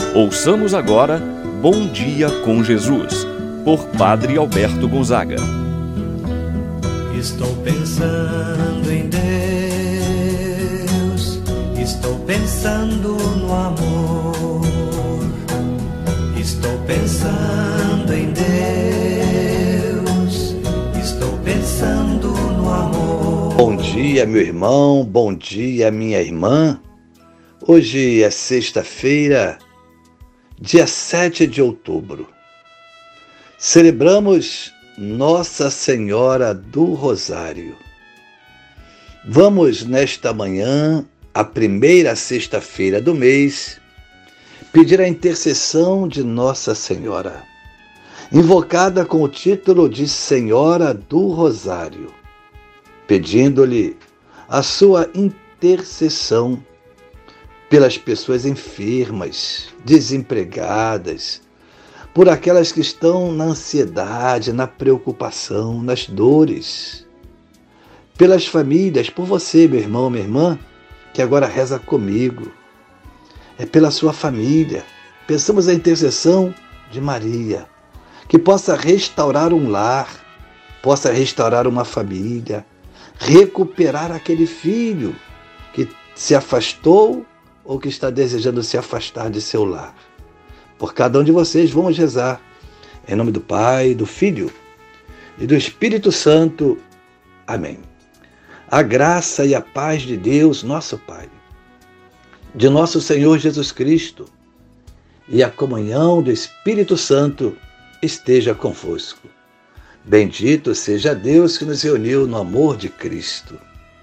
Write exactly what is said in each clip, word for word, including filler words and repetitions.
Ouçamos agora Bom Dia com Jesus, por Padre Alberto Gonzaga. Estou pensando em Deus, estou pensando no amor, estou pensando em Deus, estou pensando no amor. Bom dia, meu irmão, bom dia, minha irmã. Hoje é sexta-feira, dia sete de outubro. Celebramos Nossa Senhora do Rosário. Vamos, nesta manhã, a primeira sexta-feira do mês, pedir a intercessão de Nossa Senhora, invocada com o título de Senhora do Rosário, pedindo-lhe a sua intercessão pelas pessoas enfermas, desempregadas, por aquelas que estão na ansiedade, na preocupação, nas dores, pelas famílias, por você, meu irmão, minha irmã, que agora reza comigo. É pela sua família. Pensamos a intercessão de Maria, que possa restaurar um lar, possa restaurar uma família, recuperar aquele filho que se afastou ou que está desejando se afastar de seu lar. Por cada um de vocês, vamos rezar. Em nome do Pai, do Filho e do Espírito Santo. Amém. A graça e a paz de Deus, nosso Pai, de nosso Senhor Jesus Cristo e a comunhão do Espírito Santo esteja convosco. Bendito seja Deus que nos reuniu no amor de Cristo.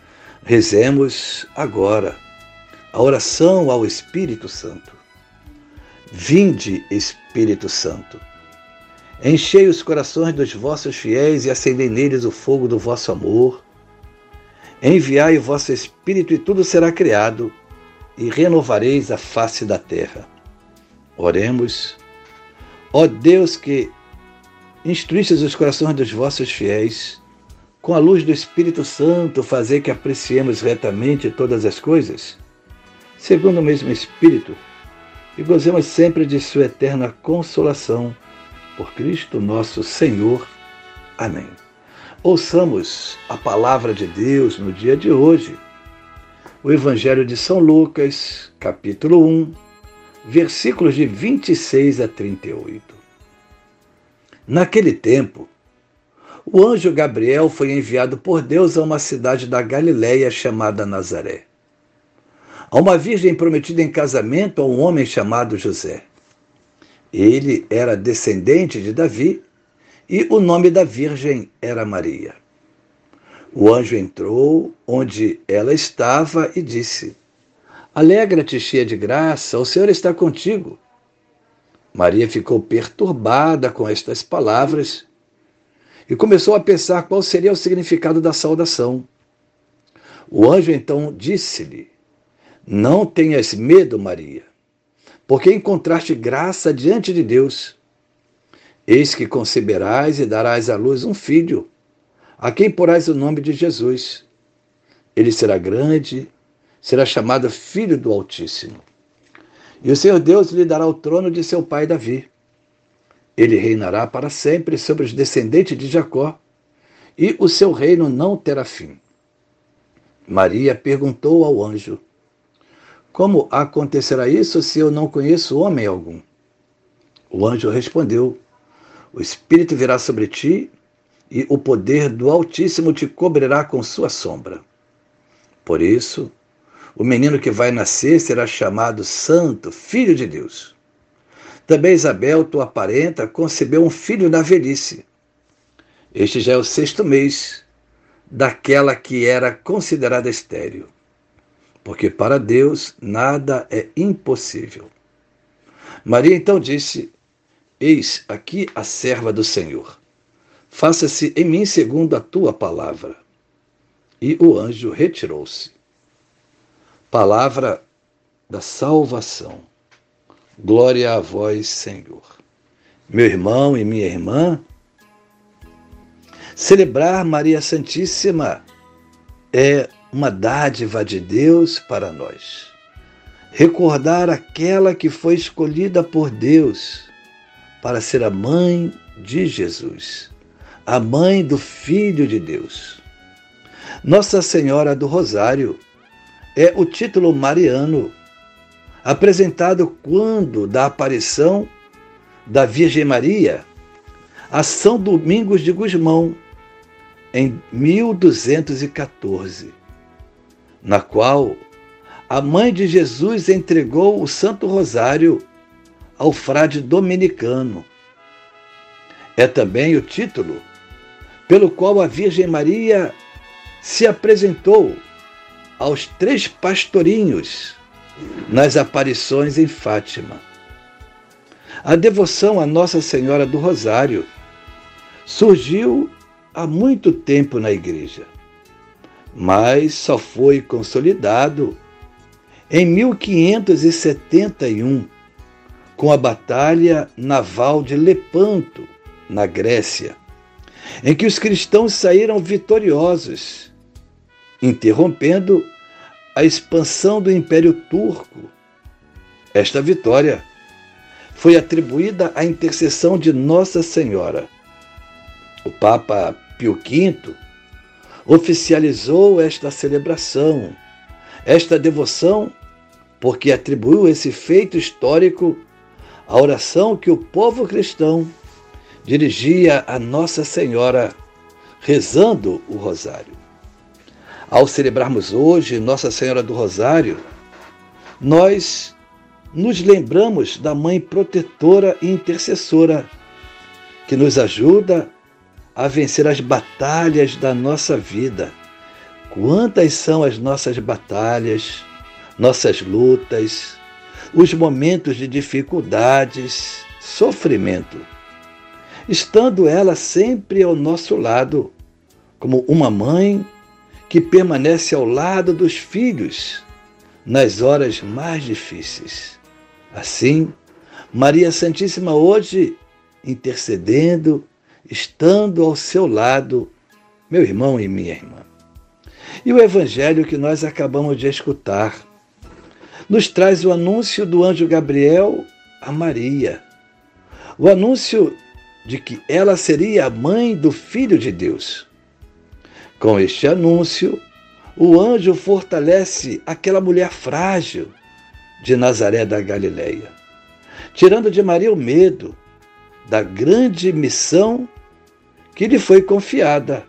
Rezemos agora a oração ao Espírito Santo. Vinde, Espírito Santo, enchei os corações dos vossos fiéis e acendei neles o fogo do vosso amor. Enviai o vosso Espírito e tudo será criado, e renovareis a face da terra. Oremos. Ó Deus, que instruístes os corações dos vossos fiéis, com a luz do Espírito Santo, fazei que apreciemos retamente todas as coisas, segundo o mesmo Espírito, e gozemos sempre de sua eterna consolação. Por Cristo nosso Senhor. Amém. Ouçamos a palavra de Deus no dia de hoje. O Evangelho de São Lucas, capítulo um, versículos de vinte e seis a trinta e oito. Naquele tempo, o anjo Gabriel foi enviado por Deus a uma cidade da Galileia chamada Nazaré, a uma virgem prometida em casamento a um homem chamado José. Ele era descendente de Davi e o nome da virgem era Maria. O anjo entrou onde ela estava e disse: Alegra-te, cheia de graça, o Senhor está contigo. Maria ficou perturbada com estas palavras e começou a pensar qual seria o significado da saudação. O anjo então disse-lhe: Não tenhas medo, Maria, porque encontraste graça diante de Deus. Eis que conceberás e darás à luz um filho, a quem porás o nome de Jesus. Ele será grande, será chamado Filho do Altíssimo. E o Senhor Deus lhe dará o trono de seu pai Davi. Ele reinará para sempre sobre os descendentes de Jacó, e o seu reino não terá fim. Maria perguntou ao anjo: Como acontecerá isso se eu não conheço homem algum? O anjo respondeu: O Espírito virá sobre ti, e o poder do Altíssimo te cobrirá com sua sombra. Por isso, o menino que vai nascer será chamado Santo, Filho de Deus. Também Isabel, tua parenta, concebeu um filho na velhice. Este já é o sexto mês daquela que era considerada estéril, porque para Deus nada é impossível. Maria então disse: Eis aqui a serva do Senhor. Faça-se em mim segundo a tua palavra. E o anjo retirou-se. Palavra da salvação. Glória a vós, Senhor. Meu irmão e minha irmã, celebrar Maria Santíssima é uma dádiva de Deus para nós. recordar aquela que foi escolhida por Deus para ser a mãe de Jesus, a mãe do Filho de Deus. Nossa Senhora do Rosário é o título mariano apresentado quando da aparição da Virgem Maria a São Domingos de Gusmão, em mil duzentos e quatorze, na qual a mãe de Jesus entregou o Santo Rosário ao frade dominicano. É também o título pelo qual a Virgem Maria se apresentou aos três pastorinhos nas aparições em Fátima. A devoção a Nossa Senhora do Rosário surgiu há muito tempo na Igreja, mas só foi consolidado em mil quinhentos e setenta e um, com a Batalha Naval de Lepanto, na Grécia, em que os cristãos saíram vitoriosos, interrompendo a expansão do Império Turco. Esta vitória foi atribuída à intercessão de Nossa Senhora. O Papa Pio quinto oficializou esta celebração, esta devoção, porque atribuiu esse feito histórico à oração que o povo cristão dirigia a Nossa Senhora rezando o Rosário. Ao celebrarmos hoje Nossa Senhora do Rosário, nós nos lembramos da Mãe protetora e intercessora que nos ajuda a vencer as batalhas da nossa vida. Quantas são as nossas batalhas, nossas lutas, os momentos de dificuldades, sofrimento, estando ela sempre ao nosso lado, como uma mãe que permanece ao lado dos filhos nas horas mais difíceis. Assim, Maria Santíssima hoje intercedendo, estando ao seu lado, meu irmão e minha irmã. E o evangelho que nós acabamos de escutar nos traz o anúncio do anjo Gabriel a Maria, o anúncio de que ela seria a mãe do Filho de Deus. Com este anúncio, o anjo fortalece aquela mulher frágil de Nazaré da Galileia, tirando de Maria o medo da grande missão que lhe foi confiada: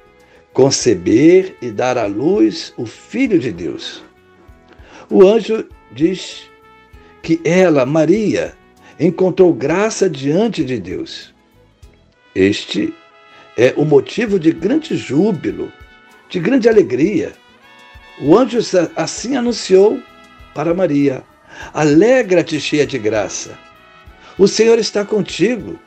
conceber e dar à luz o Filho de Deus. O anjo diz que ela, Maria, encontrou graça diante de Deus. Este é o motivo de grande júbilo, de grande alegria. O anjo assim anunciou para Maria: alegra-te, cheia de graça, o Senhor está contigo.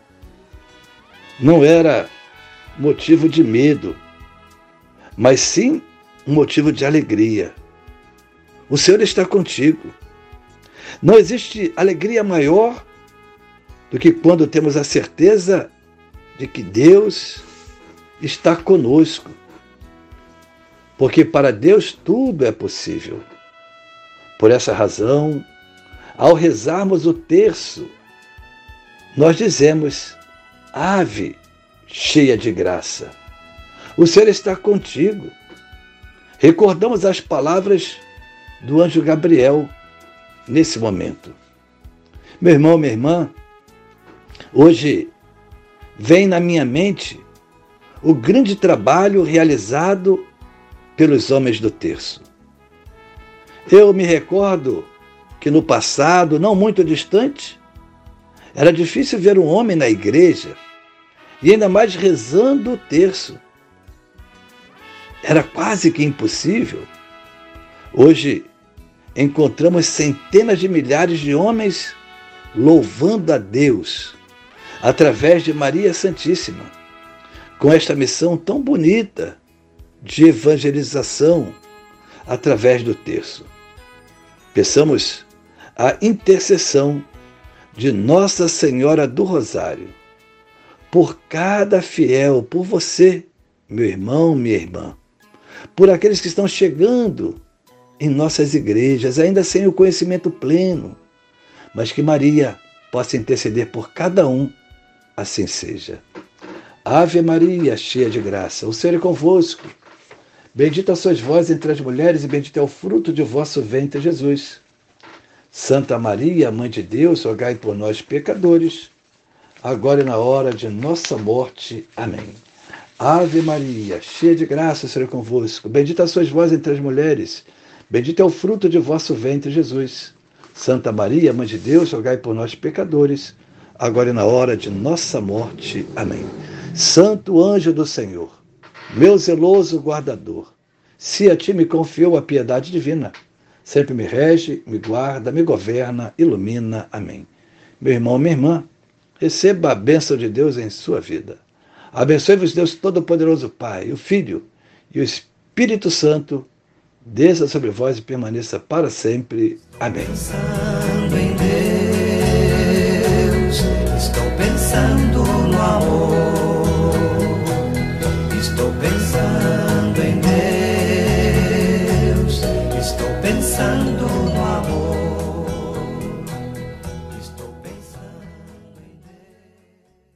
Não era motivo de medo, mas sim um motivo de alegria. O Senhor está contigo. Não existe alegria maior do que quando temos a certeza de que Deus está conosco. Porque para Deus tudo é possível. Por essa razão, ao rezarmos o terço, nós dizemos: Ave, cheia de graça, o Senhor está contigo. Recordamos as palavras do anjo Gabriel nesse momento. Meu irmão, minha irmã, hoje vem na minha mente o grande trabalho realizado pelos homens do terço. Eu me recordo que no passado, não muito distante, era difícil ver um homem na igreja, e ainda mais rezando o terço. Era quase que impossível. Hoje, encontramos centenas de milhares de homens louvando a Deus, através de Maria Santíssima, com esta missão tão bonita de evangelização através do terço. Peçamos a intercessão de Nossa Senhora do Rosário por cada fiel, por você, meu irmão, minha irmã, por aqueles que estão chegando em nossas igrejas, ainda sem o conhecimento pleno, mas que Maria possa interceder por cada um, assim seja. Ave Maria, cheia de graça, o Senhor é convosco. Bendita sois vós entre as mulheres e bendito é o fruto de vosso ventre, Jesus. Santa Maria, Mãe de Deus, rogai por nós, pecadores, agora e na hora de nossa morte. Amém. Ave Maria, cheia de graça, o Senhor é convosco. Bendita sois vós entre as mulheres, bendito é o fruto de vosso ventre, Jesus. Santa Maria, Mãe de Deus, rogai por nós, pecadores, agora e na hora de nossa morte. Amém. Santo anjo do Senhor, meu zeloso guardador, se a ti me confiou a piedade divina, sempre me rege, me guarda, me governa, ilumina. Amém. Meu irmão, minha irmã, receba a bênção de Deus em sua vida. Abençoe-vos Deus Todo-Poderoso, Pai, o Filho e o Espírito Santo, desça sobre vós e permaneça para sempre. Amém. Pensando em Deus, estou pensando no amor. Estou pensando em Deus, estou pensando